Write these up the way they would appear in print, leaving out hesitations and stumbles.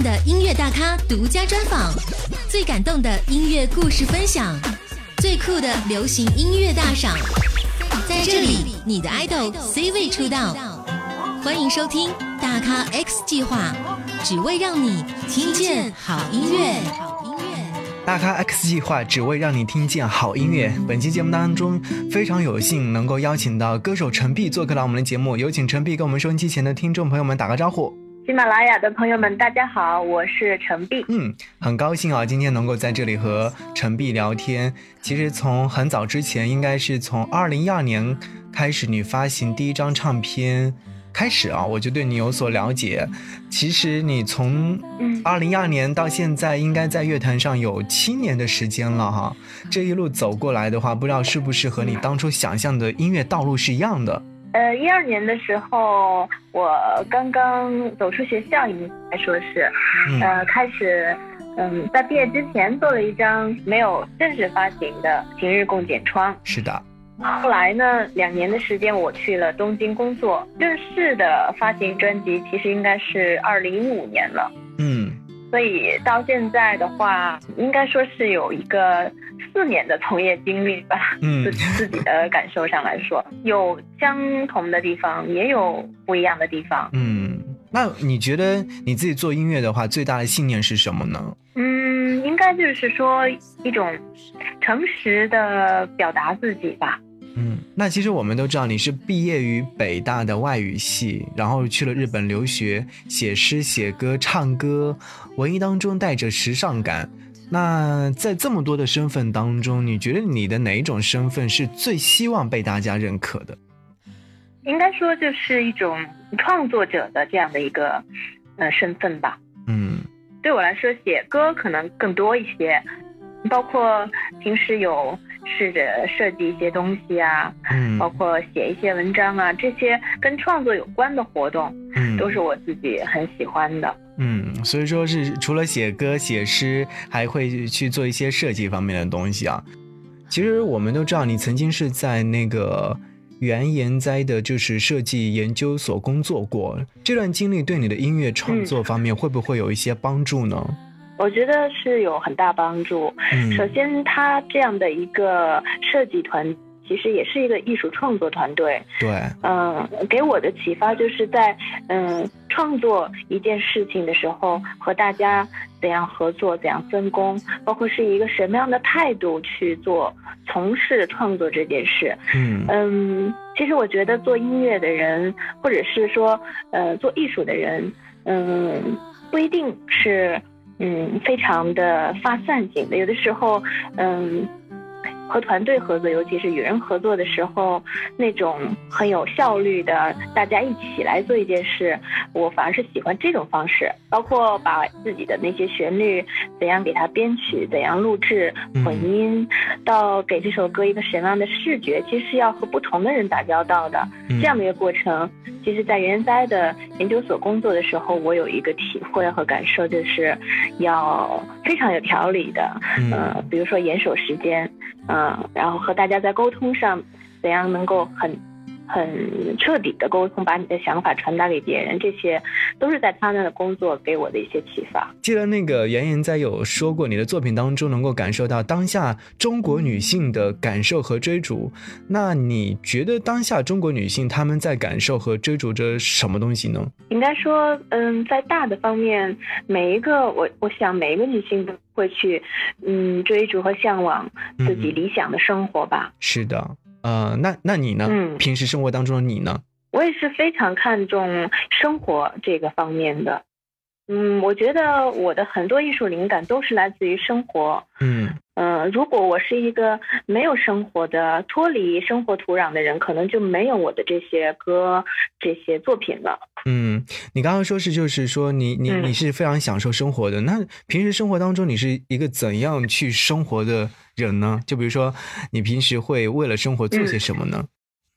的音乐大咖独家专访，最感动的音乐故事分享，最酷的流行音乐大赏，在这里你的 idol C 位出道。欢迎收听大咖 X 计划，只为让你听见好音乐。 大咖 X 计划只为让你听见好音乐。本期节目当中非常有幸能够邀请到歌手陈碧做客到我们的节目，有请陈碧跟我们收音机前的听众朋友们打个招呼。 喜马拉雅的朋友们大家好，我是陈碧。 很高兴啊，今天能够在这里和陈碧聊天。其实从很早之前，应该是从2012年开始你发行第一张唱片开始啊，我就对你有所了解。其实你从2012年到现在应该在乐坛上有7年的时间了哈。这一路走过来的话，不知道是不是和你当初想象的音乐道路是一样的。 12年的时候我刚刚走出学校，应该说是开始在毕业之前做了一张没有正式发行的《晴日共剪窗》。 是的。 后来呢，2年的时间我去了东京工作，正式的发行专辑其实应该是2015年了。所以到现在的话，应该说是有一个4年的从业经历吧。自己的感受上来说，有相同的地方，也有不一样的地方。 那你觉得你自己做音乐的话，最大的信念是什么呢？ 应该就是说一种诚实的表达自己吧。 那其实我们都知道你是毕业于北大的外语系，然后去了日本留学，写诗写歌唱歌，文艺当中带着时尚感。那在这么多的身份当中，你觉得你的哪一种身份是最希望被大家认可的？ 应该说就是一种创作者的这样的一个身份吧。对我来说写歌可能更多一些，包括平时有试着设计一些东西啊，包括写一些文章啊，这些跟创作有关的活动都是我自己很喜欢的。 所以说是除了写歌写诗，还会去做一些设计方面的东西啊。其实我们都知道你曾经是在那个原研哉的就是设计研究所工作过，这段经历对你的音乐创作方面会不会有一些帮助呢？ 我觉得是有很大帮助。首先他这样的一个设计团其实也是一个艺术创作团队。对。给我的启发就是在创作一件事情的时候和大家怎样合作，怎样分工，包括是一个什么样的态度去从事创作这件事。其实我觉得做音乐的人，或者是说做艺术的人，不一定是非常的发散型的，有的时候和团队合作，尤其是与人合作的时候，那种很有效率的大家一起来做一件事，我反而是喜欢这种方式。包括把自己的那些旋律怎样给它编曲，怎样录制混音，到给这首歌一个什么样的视觉，其实是要和不同的人打交道的。这样的一个过程，其实在原研哉的研究所工作的时候，我有一个体会和感受，就是要非常有条理的比如说严守时间，然后和大家在沟通上怎样能够很彻底的沟通，把你的想法传达给别人，这些都是在他那的工作给我的一些启发。 记得那个原研哉有说过，你的作品当中能够感受到当下中国女性的感受和追逐。那你觉得当下中国女性她们在感受和追逐着什么东西呢？ 应该说在大的方面，每一个我想每一个女性都会去追逐和向往自己理想的生活吧。 是的。那你呢？平时生活当中的你呢？ 我也是非常看重生活这个方面的。我觉得我的很多艺术灵感都是来自于生活。如果我是一个没有生活的、脱离生活土壤的人，可能就没有我的这些歌、这些作品了。 你刚刚说就是说你是非常享受生活的，那平时生活当中你是一个怎样去生活的人呢？就比如说你平时会为了生活做些什么呢？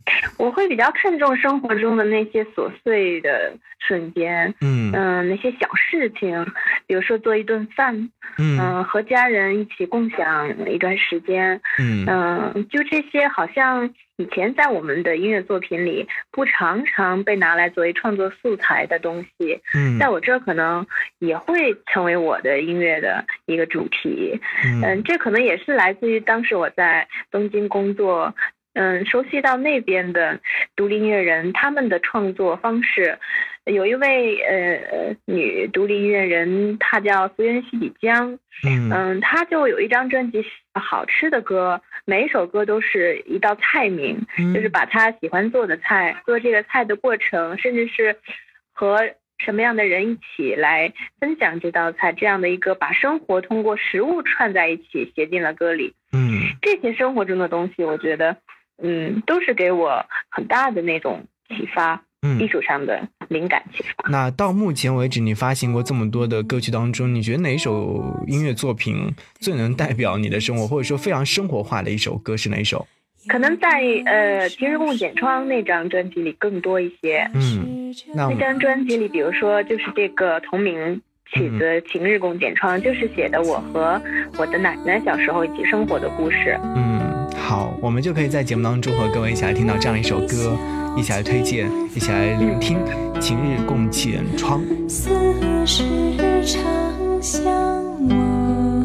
我会比较看重生活中的那些琐碎的瞬间，那些小事情，比如说做一顿饭，和家人一起共享一段时间，就这些好像以前在我们的音乐作品里不常常被拿来作为创作素材的东西，在我这儿可能也会成为我的音乐的一个主题，这可能也是来自于当时我在东京工作。熟悉到那边的独立音乐人，他们的创作方式，有一位女独立音乐人，她叫福原西里江，她就有一张专辑好吃的歌，每一首歌都是一道菜名，就是把她喜欢做的菜，做这个菜的过程，甚至是和什么样的人一起来分享这道菜，这样的一个把生活通过食物串在一起写进了歌里。这些生活中的东西，我觉得都是给我很大的那种启发，艺术上的灵感启发。 那到目前为止，你发行过这么多的歌曲当中，你觉得哪一首音乐作品最能代表你的生活，或者说非常生活化的一首歌是哪一首？ 可能在今日共剪窗那张专辑里更多一些。那张专辑里，比如说就是这个同名曲子《晴日共剪窗》，就是写的我和我的奶奶小时候一起生活的故事。 好，我们就可以在节目当中和各位一起来听到这样一首歌，一起来推荐，一起来聆听《晴日共剪窗》。 似是常相望，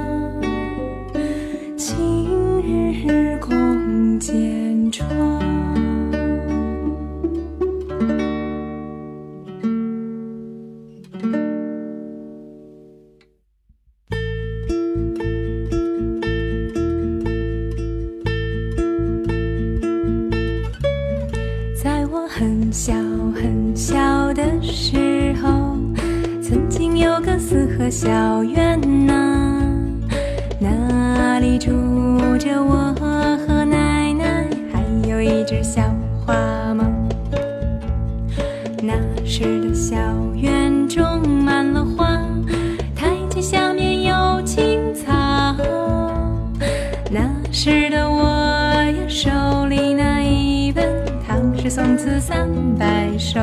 晴日共剪窗。很小很小的时候，曾经有个四合小院呐，那里住着我和奶奶，还有一只小花猫。那时的小院种满了花，台阶下面有青草，那时的我呀手里那一本唐诗宋词300首，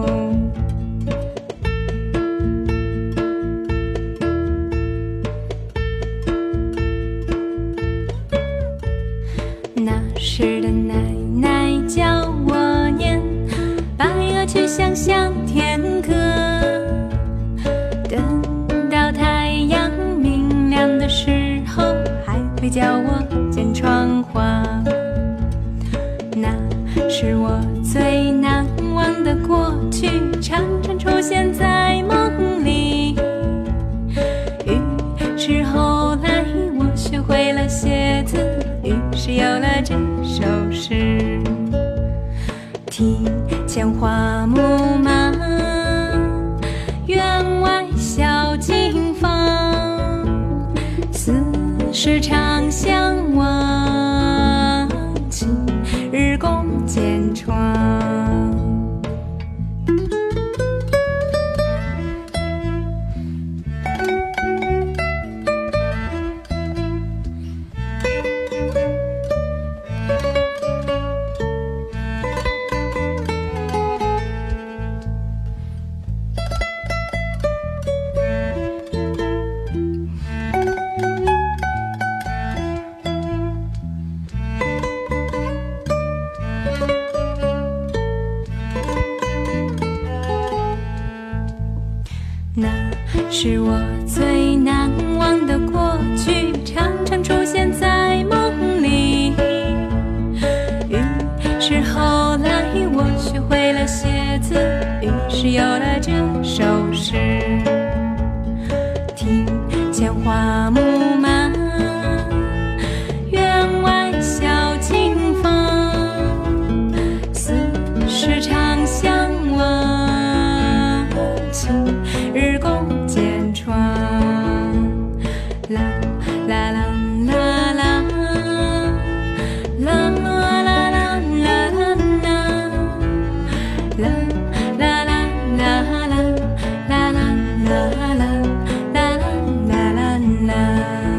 那时的奶奶教我念白鹅曲项向天歌，等到太阳明亮的时候，还会教我剪窗花。那是我最难忘的过去，常常出现在梦里。于是后来我学会了写字，于是有了这首诗。庭前花木马，院外小径芳，似是常相望，晴日共剪窗。那是我最难忘的过去，常常出现在梦里。于是后来我学会了写字，于是有了这首诗。庭前花木马，院外小径芳，似是常相望，晴日共剪窗。啦啦啦啦啦啦啦啦啦啦啦啦啦啦啦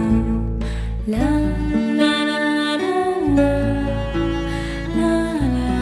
啦啦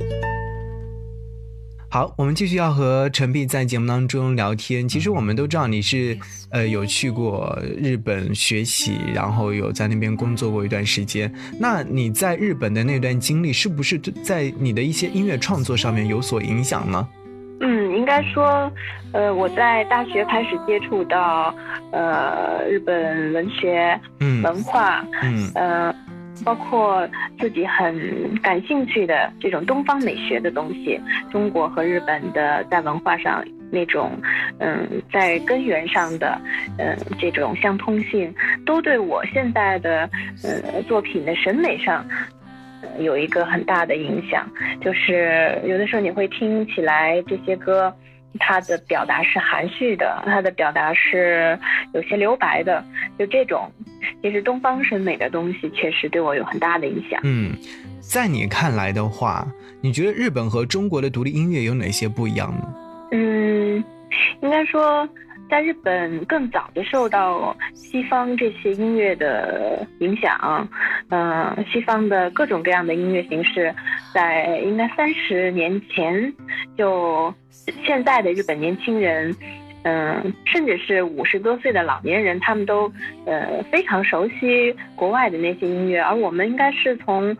好，我们继续要和陈碧在节目当中聊天。其实我们都知道你是有去过日本学习，然后有在那边工作过一段时间。那你在日本的那段经历是不是在你的一些音乐创作上面有所影响呢？ 应该说我在大学开始接触到日本文学文化包括自己很感兴趣的这种东方美学的东西，中国和日本的在文化上那种在根源上的这种相通性，都对我现在的作品的审美上有一个很大的影响。就是有的时候你会听起来这些歌，它的表达是含蓄的，它的表达是有些留白的，就这种其实东方审美的东西确实对我有很大的影响。 在你看来的话，你觉得日本和中国的独立音乐有哪些不一样呢？ 应该说在日本更早的受到西方这些音乐的影响，西方的各种各样的音乐形式在应该30年前就现在的日本年轻人甚至是50多岁的老年人，他们都非常熟悉国外的那些音乐，而我们应该是从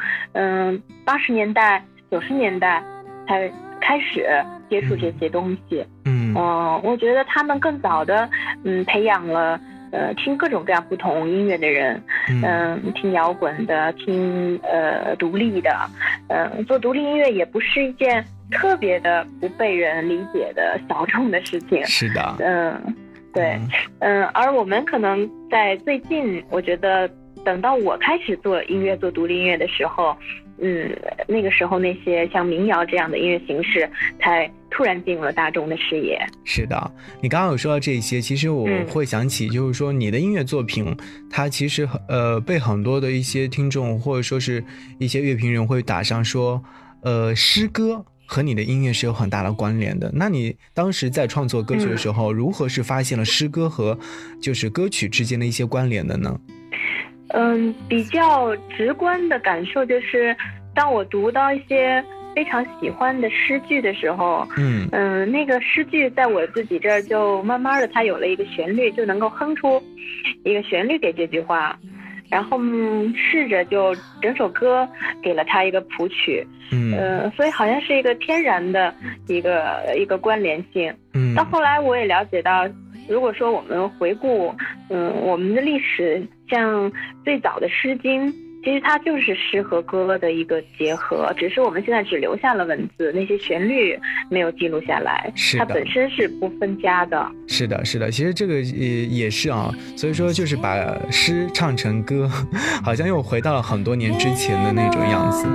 80年代90年代才开始接触这些东西。我觉得他们更早的培养了听各种各样不同音乐的人，听摇滚的，听独立的，做独立音乐也不是一件特别的不被人理解的小众的事情。 是的， 对，而我们可能在最近，我觉得等到我开始做音乐、做独立音乐的时候，那个时候那些像民谣这样的音乐形式才突然进入了大众的视野。 是的，你刚刚有说到这些，其实我会想起就是说你的音乐作品它其实被很多的一些听众或者说是一些乐评人会打上说诗歌和你的音乐是有很大的关联的。那你当时在创作歌曲的时候，如何是发现了诗歌和就是歌曲之间的一些关联的呢？ 比较直观的感受就是，当我读到一些非常喜欢的诗句的时候，那个诗句在我自己这儿就慢慢的它有了一个旋律，就能够哼出一个旋律给这句话，然后试着就整首歌给了它一个谱曲，所以好像是一个天然的一个关联性。到后来我也了解到，如果说我们回顾我们的历史，像最早的诗经，其实它就是诗和歌的一个结合，只是我们现在只留下了文字，那些旋律没有记录下来，它本身是不分家的。 是的，是的，其实这个也是啊，所以说就是把诗唱成歌，好像又回到了很多年之前的那种样子。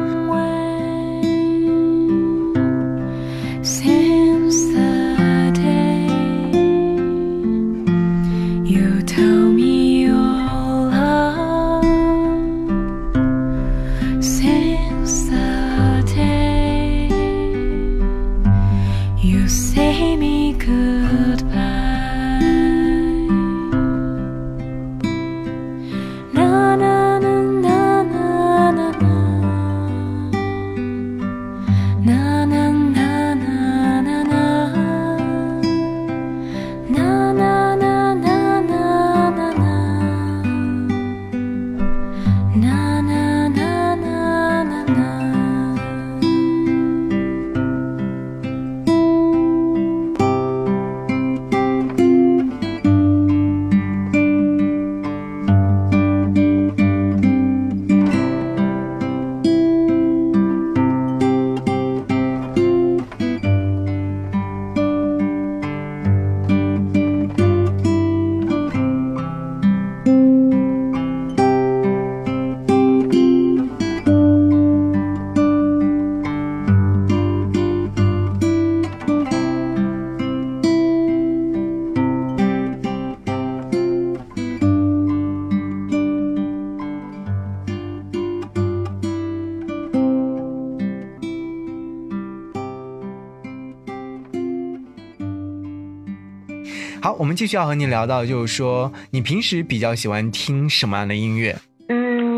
好，我们继续要和你聊到，就是说你平时比较喜欢听什么样的音乐？ 就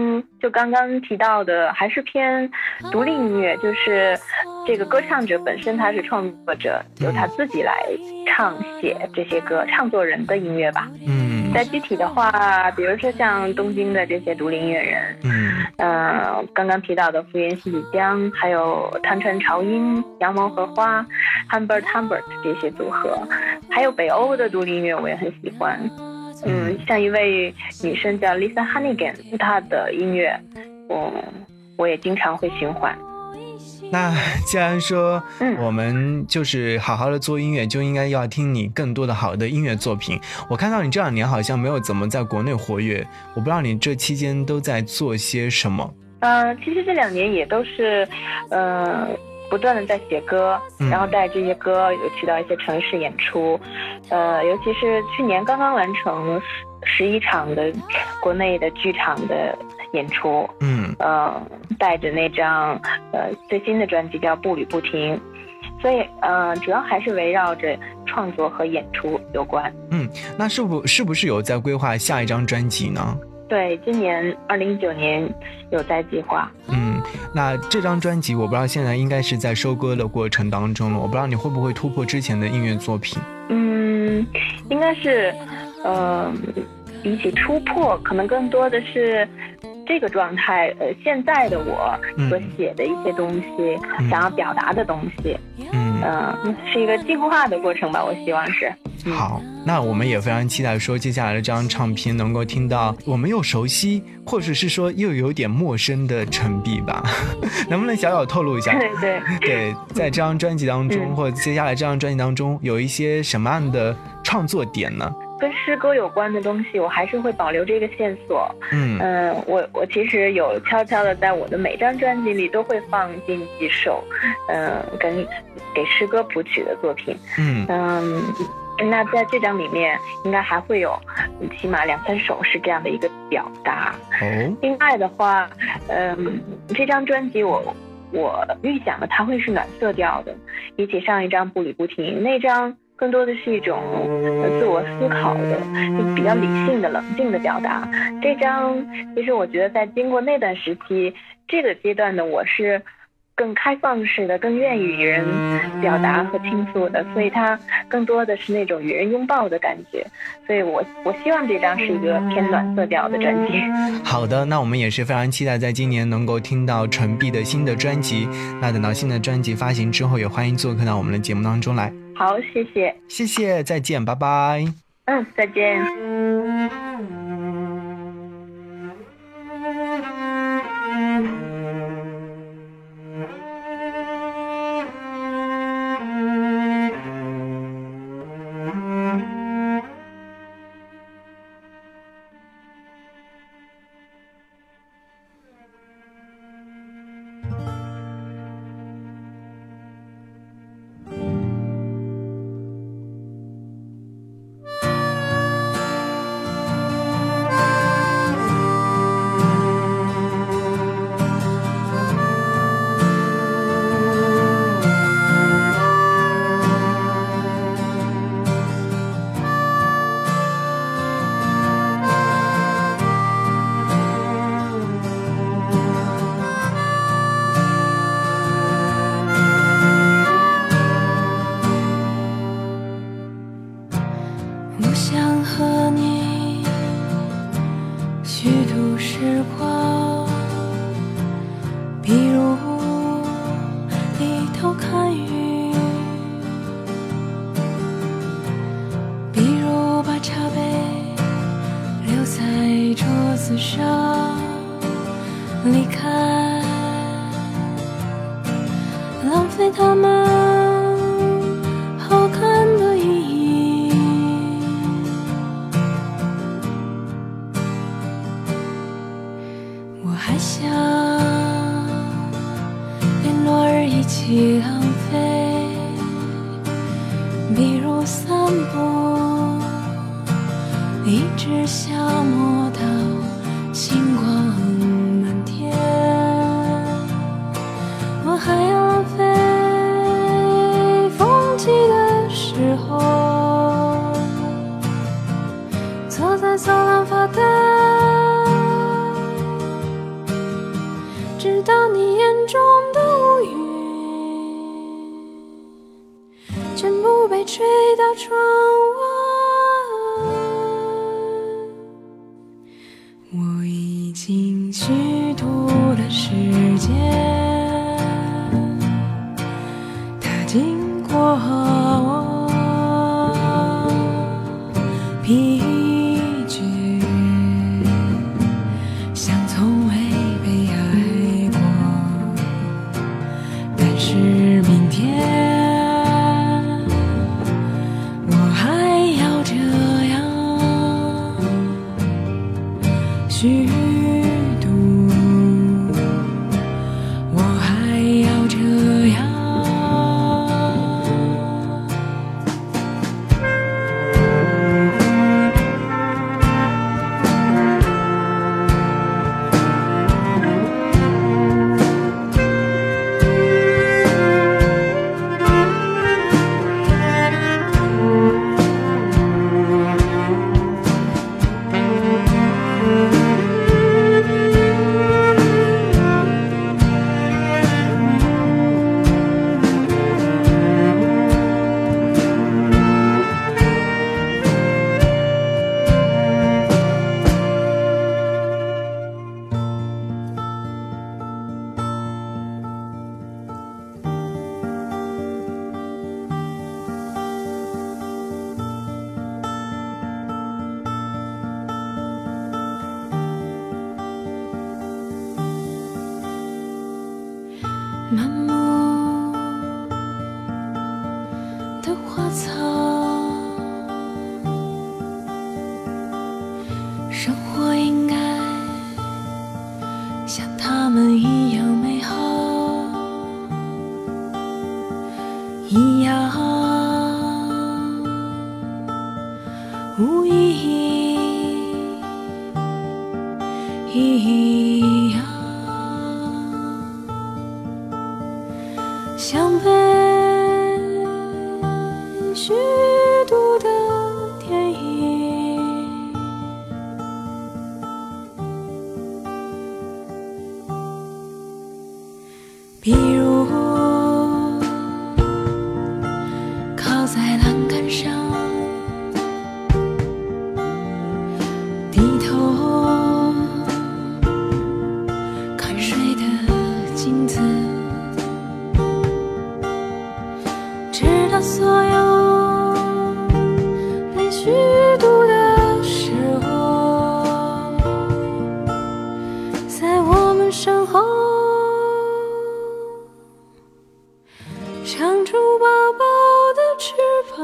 就刚刚提到的还是偏独立音乐，就是这个歌唱者本身他是创作者，由他自己来唱写这些歌，唱作人的音乐吧。再具体的话，比如说像东京的这些独立音乐人，刚刚提到的福原细里江，还有汤川朝音、羊毛荷花、Humbert 这些组合，还有北欧的独立音乐我也很喜欢。像一位女生叫 Lisa Hannigan， 她的音乐我也经常会循环。 那既然说我们就是好好的做音乐，就应该要听你更多的好的音乐作品。我看到你这2年好像没有怎么在国内活跃，我不知道你这期间都在做些什么。 其实这2年也都是不断的在写歌，然后带这些歌有去到一些城市演出，尤其是去年刚刚完成11场的国内的剧场的演出，带着那张最新的专辑叫步履不停，所以主要还是围绕着创作和演出有关。 那是不是有在规划下一张专辑呢？ 对，今年2019年有在计划。 那这张专辑我不知道现在应该是在收割的过程当中了，我不知道你会不会突破之前的音乐作品。 应该是比起突破，可能更多的是这个状态，现在的我所写的一些东西，想要表达的东西，是一个进化的过程吧，我希望是。 好，那我们也非常期待说接下来的这张唱片能够听到我们又熟悉或者是说又有点陌生的陈碧吧能不能小小透露一下？对，在这张专辑当中，或者接下来这张专辑当中有一些什么样的创作点呢？ 跟诗歌有关的东西我还是会保留这个线索。我其实有悄悄的在我的每张专辑里都会放进几首给诗歌谱曲的作品。那在这张里面应该还会有起码2-3首是这样的一个表达。另外的话，这张专辑我预想的它会是暖色调的，比起上一张步履不停，那张更多的是一种自我思考的比较理性的冷静的表达。这张其实我觉得在经过那段时期，这个阶段的我是更开放式的，更愿意与人表达和倾诉的，所以它更多的是那种与人拥抱的感觉。所以我希望这张是一个偏暖色调的专辑。 好的，那我们也是非常期待在今年能够听到陈碧的新的专辑。那等到新的专辑发行之后，也欢迎做客到我们的节目当中来。 好，谢谢，再见，拜拜。 再见。 离开，浪费它们好看的意义。我还想连落日一起浪费，比如散步，一直消磨到星光满天。我还要浪费风起的时候，坐在走廊发呆， 你眼中的乌云，全部被吹到窗外。我已经虚度了时间，它经过我疲倦，像从未被爱过。但是明天我还要这样虚度，我还要这样。满目的花草，生活应该像他们一样美好，一样无意义，一样像被虚度的电影，比如靠在栏杆上，低头看水的镜子，直到所有被虚度的时候在我们身后长出薄薄的翅膀。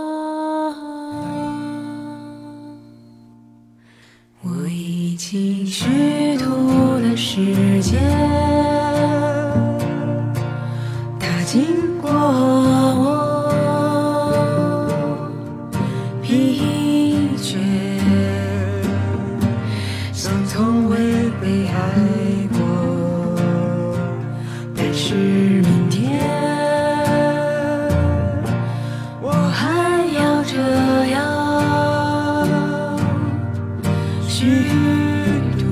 我已经虚度了时间，它经过我疲倦，像从未被爱过。但是明天我还要这样虚度，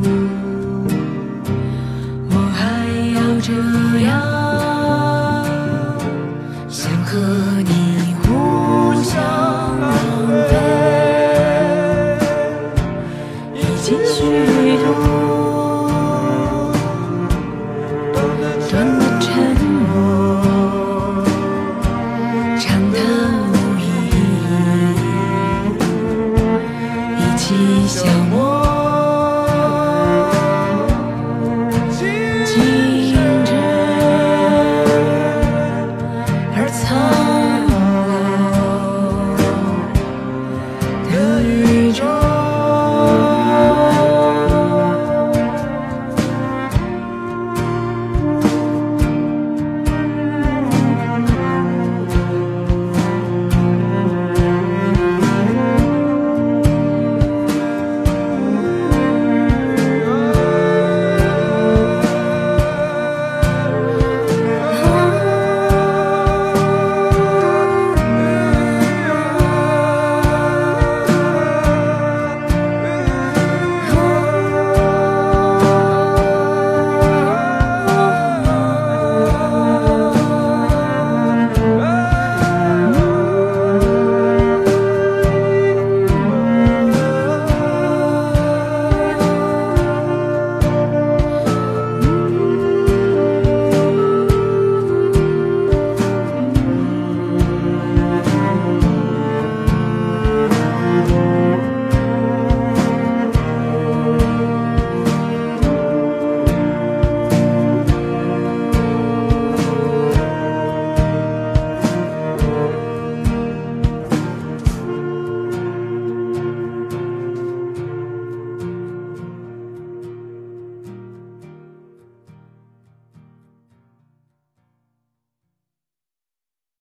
我还要这样想和你